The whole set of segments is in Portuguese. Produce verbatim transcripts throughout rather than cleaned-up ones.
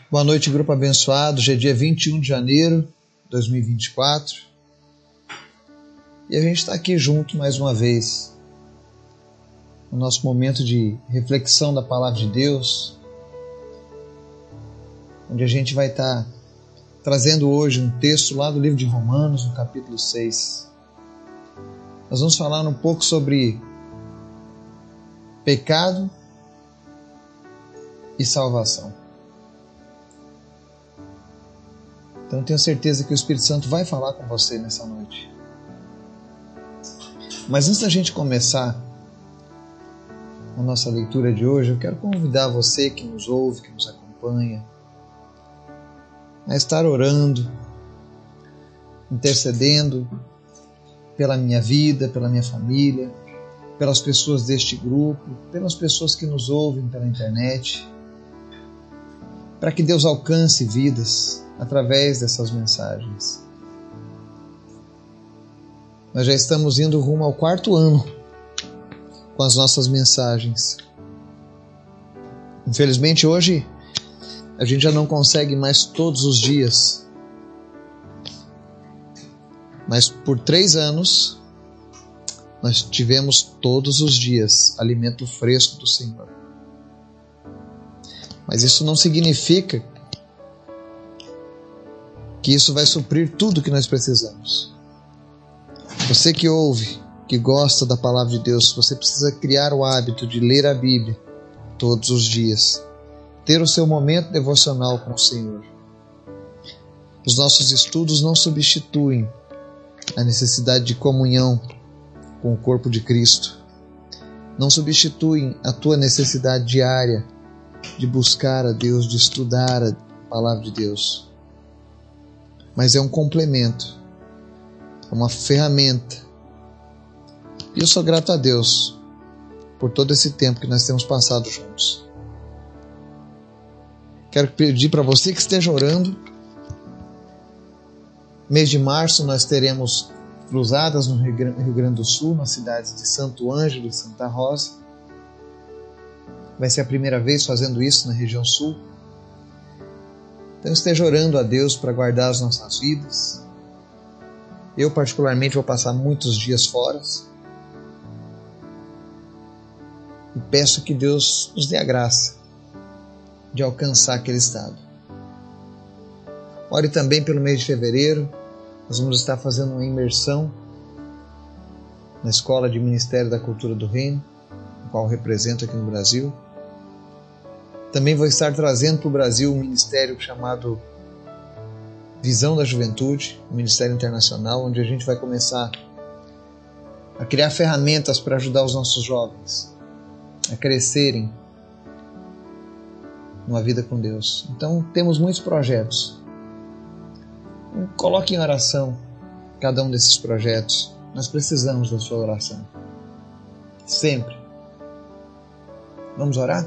Boa noite, grupo abençoado. Hoje é dia vinte e um de janeiro de dois mil e vinte e quatro e a gente está aqui junto mais uma vez no nosso momento de reflexão da Palavra de Deus, onde a gente vai estar trazendo hoje um texto lá do livro de Romanos, no capítulo seis. Nós vamos falar um pouco sobre pecado e salvação. Então eu tenho certeza que o Espírito Santo vai falar com você nessa noite. Mas antes da gente começar a nossa leitura de hoje, eu quero convidar você que nos ouve, que nos acompanha, a estar orando, intercedendo pela minha vida, pela minha família, pelas pessoas deste grupo, pelas pessoas que nos ouvem pela internet, para que Deus alcance vidas através dessas mensagens. Nós já estamos indo rumo ao quarto ano com as nossas mensagens. Infelizmente hoje a gente já não consegue mais todos os dias, mas por três anos nós tivemos todos os dias alimento fresco do Senhor. Mas isso não significa que isso vai suprir tudo que nós precisamos. Você que ouve, que gosta da Palavra de Deus, você precisa criar o hábito de ler a Bíblia todos os dias. Ter o seu momento devocional com o Senhor. Os nossos estudos não substituem a necessidade de comunhão com o corpo de Cristo. Não substituem a tua necessidade diária de buscar a Deus, de estudar a Palavra de Deus. Mas é um complemento, é uma ferramenta. E eu sou grato a Deus por todo esse tempo que nós temos passado juntos. Quero pedir para você que esteja orando. Mês de março nós teremos cruzadas no Rio Grande do Sul, nas cidades de Santo Ângelo e Santa Rosa. Vai ser a primeira vez fazendo isso na região sul. Então esteja orando a Deus para guardar as nossas vidas. Eu particularmente vou passar muitos dias fora. E peço que Deus nos dê a graça de alcançar aquele estado. Ore também pelo mês de fevereiro. Nós vamos estar fazendo uma imersão na Escola de Ministério da Cultura do Reino, o qual eu represento aqui no Brasil. Também vou estar trazendo para o Brasil um ministério chamado Visão da Juventude, um ministério internacional, onde a gente vai começar a criar ferramentas para ajudar os nossos jovens a crescerem numa vida com Deus. Então temos muitos projetos. Coloque em oração cada um desses projetos. Nós precisamos da sua oração. Sempre. Vamos orar?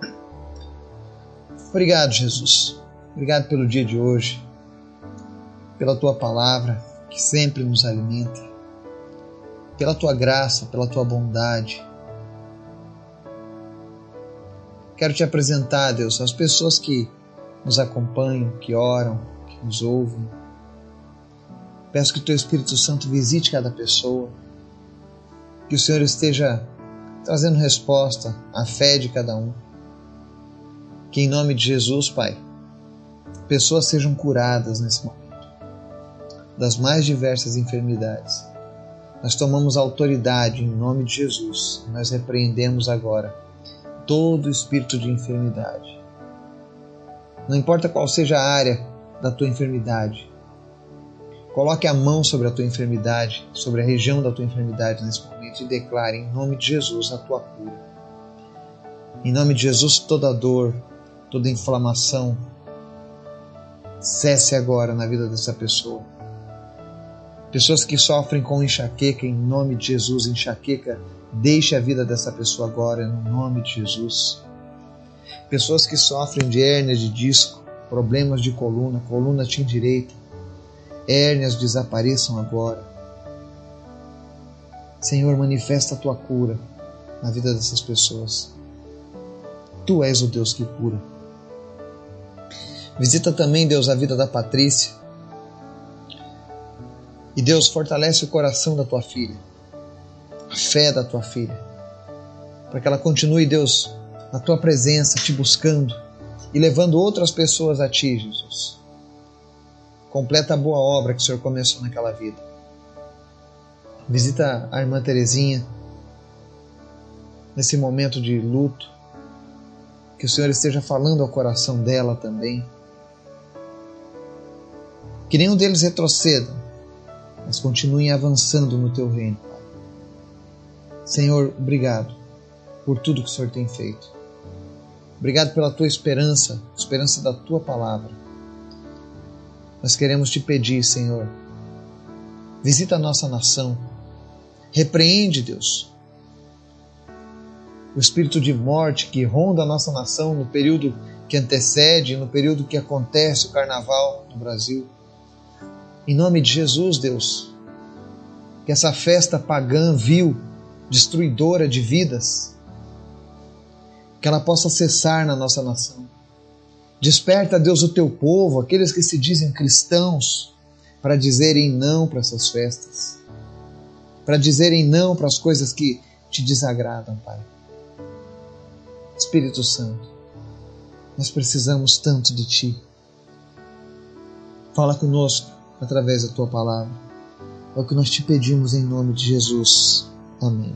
Obrigado, Jesus. Obrigado pelo dia de hoje, pela Tua Palavra, que sempre nos alimenta, pela Tua graça, pela Tua bondade. Quero Te apresentar, Deus, as pessoas que nos acompanham, que oram, que nos ouvem. Peço que o Teu Espírito Santo visite cada pessoa, que o Senhor esteja trazendo resposta à fé de cada um. Que em nome de Jesus, Pai, pessoas sejam curadas nesse momento das mais diversas enfermidades. Nós tomamos autoridade em nome de Jesus e nós repreendemos agora todo espírito de enfermidade. Não importa qual seja a área da tua enfermidade, coloque a mão sobre a tua enfermidade, sobre a região da tua enfermidade nesse momento e declare em nome de Jesus a tua cura. Em nome de Jesus, toda dor, toda inflamação cesse agora na vida dessa pessoa. Pessoas que sofrem com enxaqueca, em nome de Jesus, enxaqueca, deixe a vida dessa pessoa agora, no nome de Jesus. Pessoas que sofrem de hérnia de disco, problemas de coluna, coluna te endireita, hérnias desapareçam agora. Senhor, manifesta a Tua cura na vida dessas pessoas. Tu és o Deus que cura. Visita também, Deus, a vida da Patrícia. E Deus, fortalece o coração da tua filha, a fé da tua filha, para que ela continue, Deus, na tua presença, te buscando e levando outras pessoas a ti, Jesus. Completa a boa obra que o Senhor começou naquela vida. Visita a irmã Terezinha nesse momento de luto. Que o Senhor esteja falando ao coração dela também. Que nenhum deles retroceda, mas continuem avançando no teu reino, Pai. Senhor, obrigado por tudo que o Senhor tem feito. Obrigado pela tua esperança, esperança da tua palavra. Nós queremos te pedir, Senhor, visita a nossa nação. Repreende, Deus, o espírito de morte que ronda a nossa nação no período que antecede, no período que acontece o carnaval no Brasil. Em nome de Jesus, Deus, que essa festa pagã, vil, destruidora de vidas, que ela possa cessar na nossa nação. Desperta, Deus, o teu povo, aqueles que se dizem cristãos, para dizerem não para essas festas, para dizerem não para as coisas que te desagradam, Pai. Espírito Santo, nós precisamos tanto de Ti. Fala conosco através da Tua palavra. É o que nós te pedimos em nome de Jesus. Amém.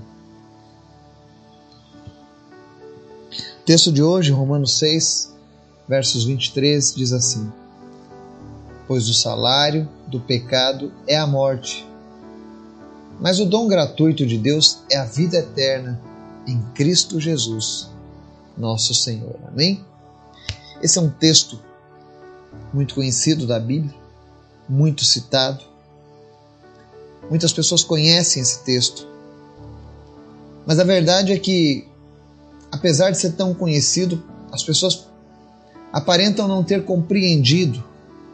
O texto de hoje, Romanos seis, versos vinte e três, diz assim: Pois o salário do pecado é a morte, mas o dom gratuito de Deus é a vida eterna em Cristo Jesus, nosso Senhor. Amém? Esse é um texto muito conhecido da Bíblia, muito citado. Muitas pessoas conhecem esse texto. Mas a verdade é que, apesar de ser tão conhecido, as pessoas aparentam não ter compreendido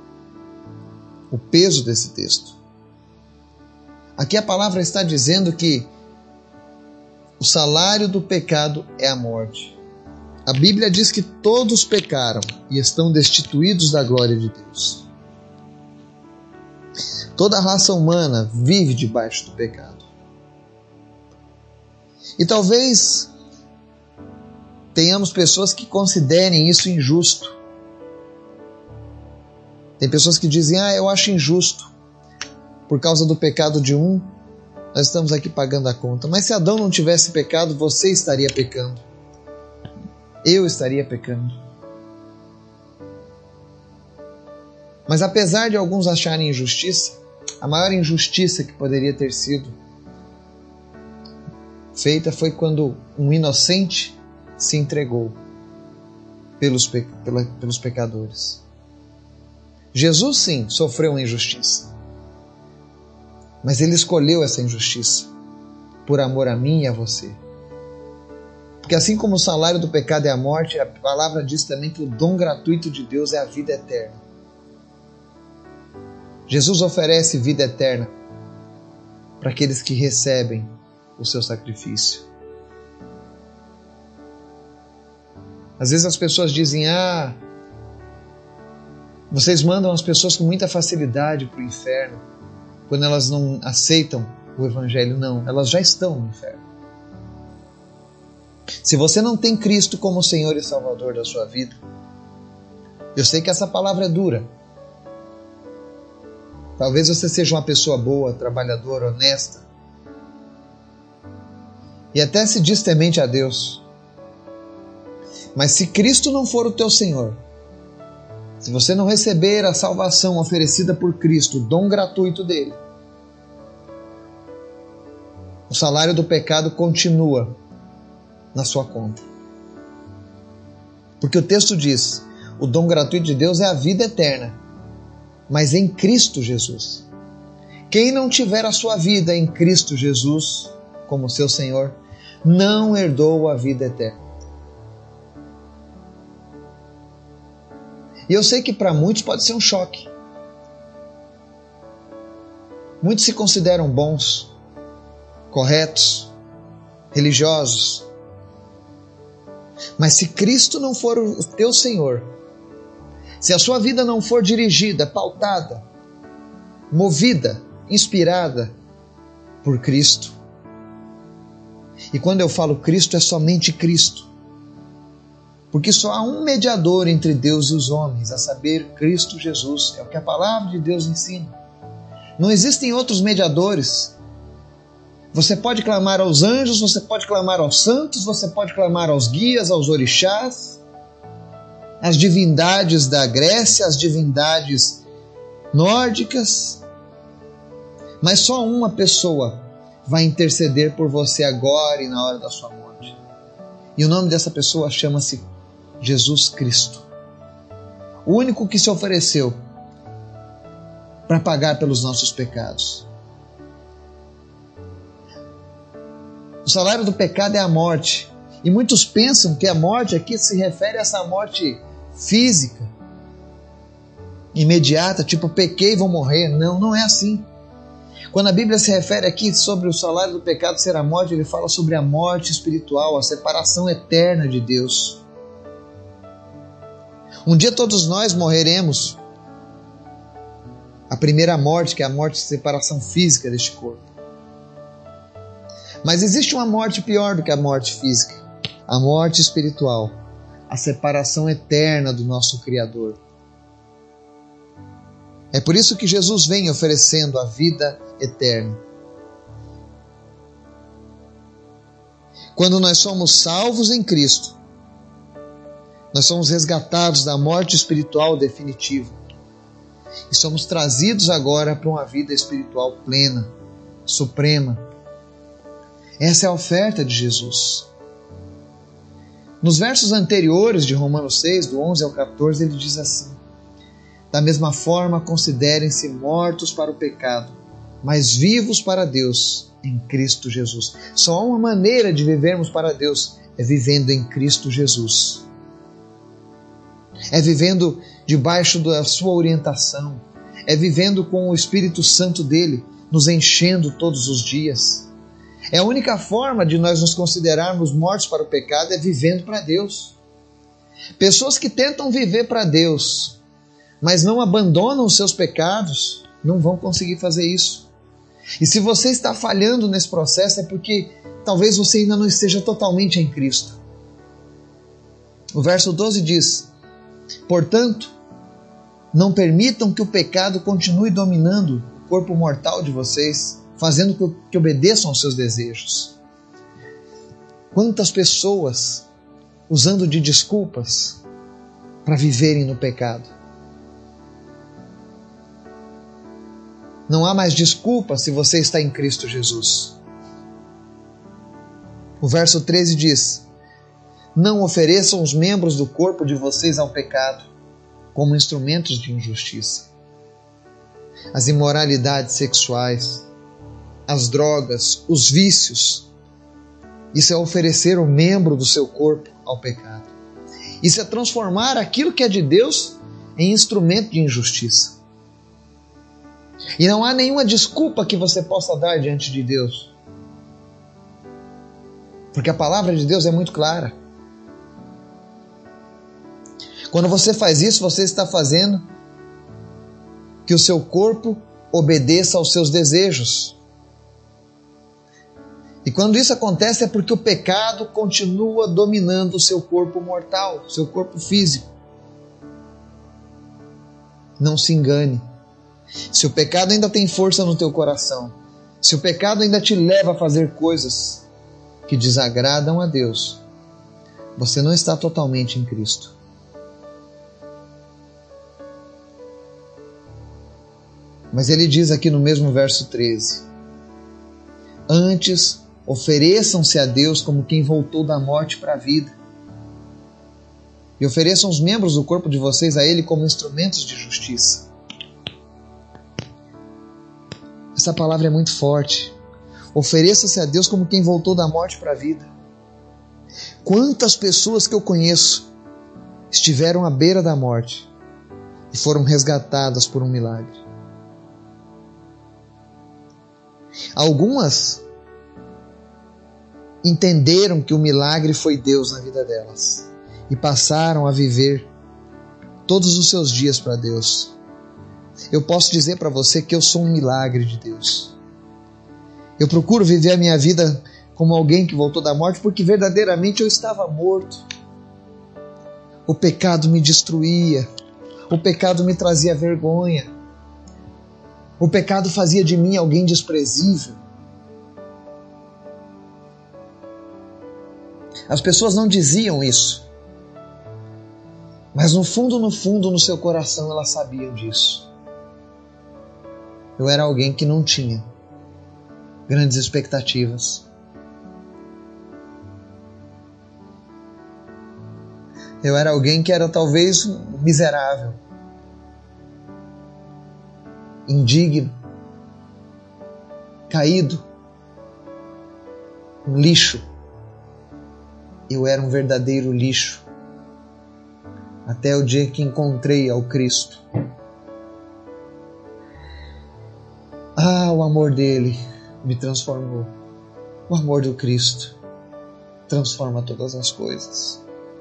o peso desse texto. Aqui a palavra está dizendo que o salário do pecado é a morte. A Bíblia diz que todos pecaram e estão destituídos da glória de Deus. Toda a raça humana vive debaixo do pecado. E talvez tenhamos pessoas que considerem isso injusto. Tem pessoas que dizem, ah, eu acho injusto. Por causa do pecado de um, nós estamos aqui pagando a conta. Mas se Adão não tivesse pecado, você estaria pecando. Eu estaria pecando. Mas apesar de alguns acharem injustiça, a maior injustiça que poderia ter sido feita foi quando um inocente se entregou pelos, pe- pela, pelos pecadores. Jesus, sim, sofreu uma injustiça. Mas Ele escolheu essa injustiça por amor a mim e a você. Porque assim como o salário do pecado é a morte, a palavra diz também que o dom gratuito de Deus é a vida eterna. Jesus oferece vida eterna para aqueles que recebem o seu sacrifício. Às vezes as pessoas dizem, ah, vocês mandam as pessoas com muita facilidade para o inferno, quando elas não aceitam o Evangelho. Não, elas já estão no inferno. Se você não tem Cristo como Senhor e Salvador da sua vida, eu sei que essa palavra é dura. Talvez você seja uma pessoa boa, trabalhadora, honesta, e até se diz temente a Deus. Mas se Cristo não for o teu Senhor, se você não receber a salvação oferecida por Cristo, o dom gratuito dele, o salário do pecado continua na sua conta. Porque o texto diz, o dom gratuito de Deus é a vida eterna, mas em Cristo Jesus. Quem não tiver a sua vida em Cristo Jesus como seu Senhor, não herdou a vida eterna. E eu sei que para muitos pode ser um choque. Muitos se consideram bons, corretos, religiosos. Mas se Cristo não for o teu Senhor, Se a sua vida não for dirigida, pautada, movida, inspirada por Cristo, e quando eu falo Cristo, é somente Cristo, porque só há um mediador entre Deus e os homens, a saber, Cristo Jesus, é o que a palavra de Deus ensina. Não existem outros mediadores. Você pode clamar aos anjos, você pode clamar aos santos, você pode clamar aos guias, aos orixás, às divindades da Grécia, às divindades nórdicas, mas só uma pessoa vai interceder por você agora e na hora da sua morte. E o nome dessa pessoa chama-se Jesus Cristo, o único que se ofereceu para pagar pelos nossos pecados. O salário do pecado é a morte. E muitos pensam que a morte aqui se refere a essa morte física, imediata, tipo, pequei e vou morrer. Não, não é assim. Quando a Bíblia se refere aqui sobre o salário do pecado ser a morte, ele fala sobre a morte espiritual, a separação eterna de Deus. Um dia todos nós morreremos. A primeira morte, que é a morte de separação física deste corpo. Mas existe uma morte pior do que a morte física, a morte espiritual, a separação eterna do nosso Criador. É por isso que Jesus vem oferecendo a vida eterna. Quando nós somos salvos em Cristo, nós somos resgatados da morte espiritual definitiva e somos trazidos agora para uma vida espiritual plena, suprema. Essa é a oferta de Jesus. Nos versos anteriores de Romanos seis, do onze ao catorze, ele diz assim: da mesma forma, considerem-se mortos para o pecado, mas vivos para Deus em Cristo Jesus. Só há uma maneira de vivermos para Deus, é vivendo em Cristo Jesus. É vivendo debaixo da sua orientação, é vivendo com o Espírito Santo dele, nos enchendo todos os dias. É a única forma de nós nos considerarmos mortos para o pecado, é vivendo para Deus. Pessoas que tentam viver para Deus, mas não abandonam os seus pecados, não vão conseguir fazer isso. E se você está falhando nesse processo, é porque talvez você ainda não esteja totalmente em Cristo. O verso doze diz: portanto, não permitam que o pecado continue dominando o corpo mortal de vocês, fazendo que obedeçam aos seus desejos. Quantas pessoas usando de desculpas para viverem no pecado. Não há mais desculpa se você está em Cristo Jesus. O verso treze diz: não ofereçam os membros do corpo de vocês ao pecado como instrumentos de injustiça. As imoralidades sexuais, as drogas, os vícios, isso é oferecer o membro do seu corpo ao pecado. Isso é transformar aquilo que é de Deus em instrumento de injustiça. E não há nenhuma desculpa que você possa dar diante de Deus, porque a palavra de Deus é muito clara. Quando você faz isso, você está fazendo que o seu corpo obedeça aos seus desejos. E quando isso acontece é porque o pecado continua dominando o seu corpo mortal, o seu corpo físico. Não se engane. Se o pecado ainda tem força no teu coração, se o pecado ainda te leva a fazer coisas que desagradam a Deus, você não está totalmente em Cristo. Mas ele diz aqui no mesmo verso treze: antes, ofereçam-se a Deus como quem voltou da morte para a vida. E ofereçam os membros do corpo de vocês a Ele como instrumentos de justiça. Essa palavra é muito forte. Ofereça-se a Deus como quem voltou da morte para a vida. Quantas pessoas que eu conheço estiveram à beira da morte e foram resgatadas por um milagre. Algumas entenderam que o milagre foi Deus na vida delas e passaram a viver todos os seus dias para Deus. Eu posso dizer para você que eu sou um milagre de Deus. Eu procuro viver a minha vida como alguém que voltou da morte, porque verdadeiramente eu estava morto. O pecado me destruía. O pecado me trazia vergonha. O pecado fazia de mim alguém desprezível. As pessoas não diziam isso. Mas no fundo, no fundo, no seu coração, elas sabiam disso. Eu era alguém que não tinha grandes expectativas. Eu era alguém que era talvez miserável, indigno, caído, um lixo. Eu era um verdadeiro lixo. Até o dia que encontrei ao Cristo. Ah, o amor dele me transformou. O amor do Cristo transforma todas as coisas.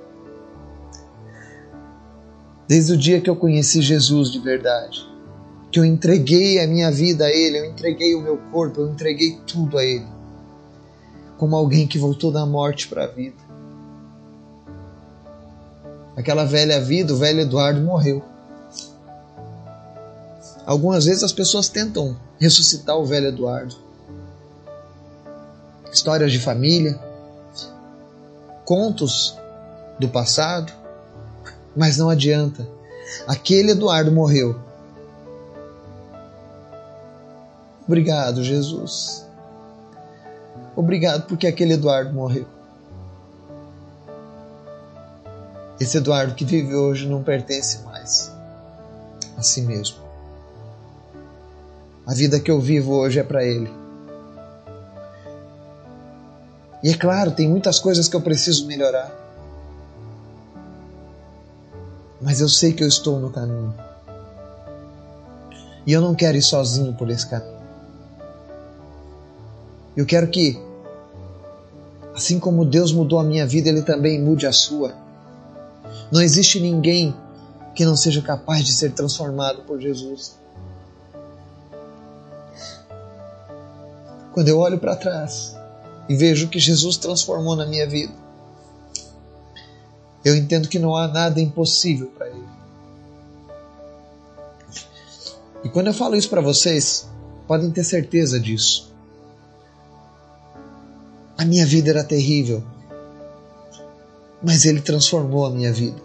Desde o dia que eu conheci Jesus de verdade, que eu entreguei a minha vida a Ele, eu entreguei o meu corpo, eu entreguei tudo a Ele, como alguém que voltou da morte para a vida. Aquela velha vida, o velho Eduardo morreu. Algumas vezes as pessoas tentam ressuscitar o velho Eduardo. Histórias de família, contos do passado, mas não adianta. Aquele Eduardo morreu. Obrigado, Jesus. Obrigado porque aquele Eduardo morreu. Esse Eduardo que vive hoje não pertence mais a si mesmo. A vida que eu vivo hoje é para Ele. E é claro, tem muitas coisas que eu preciso melhorar. Mas eu sei que eu estou no caminho. E eu não quero ir sozinho por esse caminho. Eu quero que, assim como Deus mudou a minha vida, Ele também mude a sua. Não existe ninguém que não seja capaz de ser transformado por Jesus. Quando eu olho para trás e vejo que Jesus transformou na minha vida, eu entendo que não há nada impossível para Ele. E quando eu falo isso para vocês, podem ter certeza disso. A minha vida era terrível, mas Ele transformou a minha vida.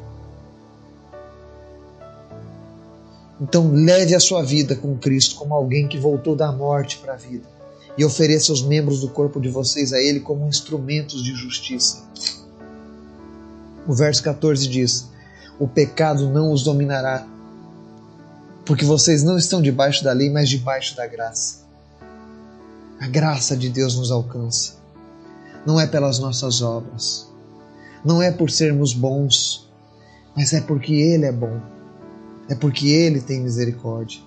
Então leve a sua vida com Cristo como alguém que voltou da morte para a vida e ofereça os membros do corpo de vocês a Ele como instrumentos de justiça. O verso catorze diz: o pecado não os dominará, porque vocês não estão debaixo da lei, mas debaixo da graça. A graça de Deus nos alcança. Não é pelas nossas obras, não é por sermos bons, mas é porque Ele é bom, é porque Ele tem misericórdia.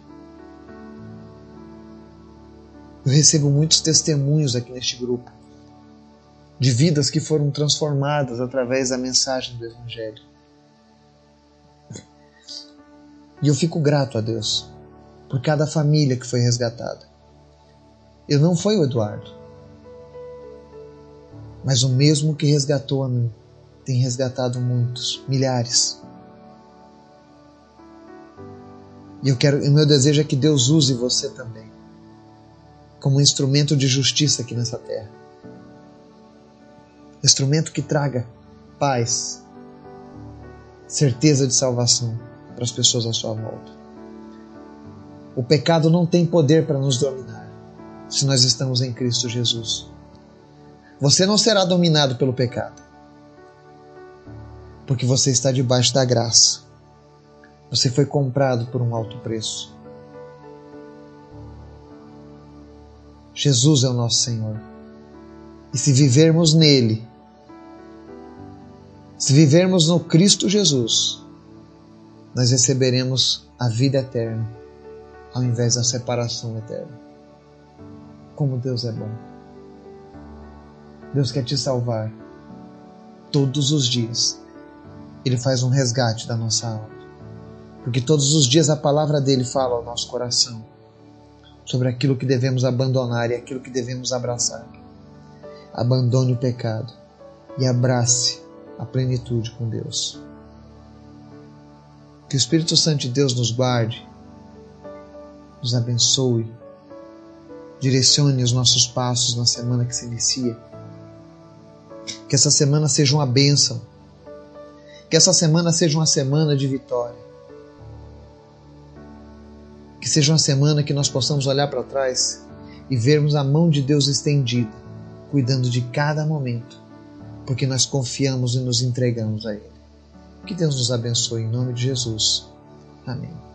Eu recebo muitos testemunhos aqui neste grupo, de vidas que foram transformadas através da mensagem do Evangelho. E eu fico grato a Deus por cada família que foi resgatada. Eu não fui o Eduardo, mas o mesmo que resgatou a mim tem resgatado muitos, milhares. E eu quero, o meu desejo é que Deus use você também como um instrumento de justiça aqui nessa terra. Instrumento que traga paz, certeza de salvação para as pessoas à sua volta. O pecado não tem poder para nos dominar se nós estamos em Cristo Jesus. Você não será dominado pelo pecado, porque você está debaixo da graça. Você foi comprado por um alto preço. Jesus é o nosso Senhor. E se vivermos nele, se vivermos no Cristo Jesus, nós receberemos a vida eterna, ao invés da separação eterna. Como Deus é bom. Deus quer te salvar todos os dias. Ele faz um resgate da nossa alma. porque todos os dias a palavra dele fala ao nosso coração sobre aquilo que devemos abandonar e aquilo que devemos abraçar. Abandone o pecado e abrace a plenitude com Deus. Que o Espírito Santo de Deus nos guarde, nos abençoe, direcione os nossos passos na semana que se inicia. Que essa semana seja uma bênção. Que essa semana seja uma semana de vitória. Que seja uma semana que nós possamos olhar para trás e vermos a mão de Deus estendida, cuidando de cada momento, porque nós confiamos e nos entregamos a Ele. Que Deus nos abençoe em nome de Jesus. Amém.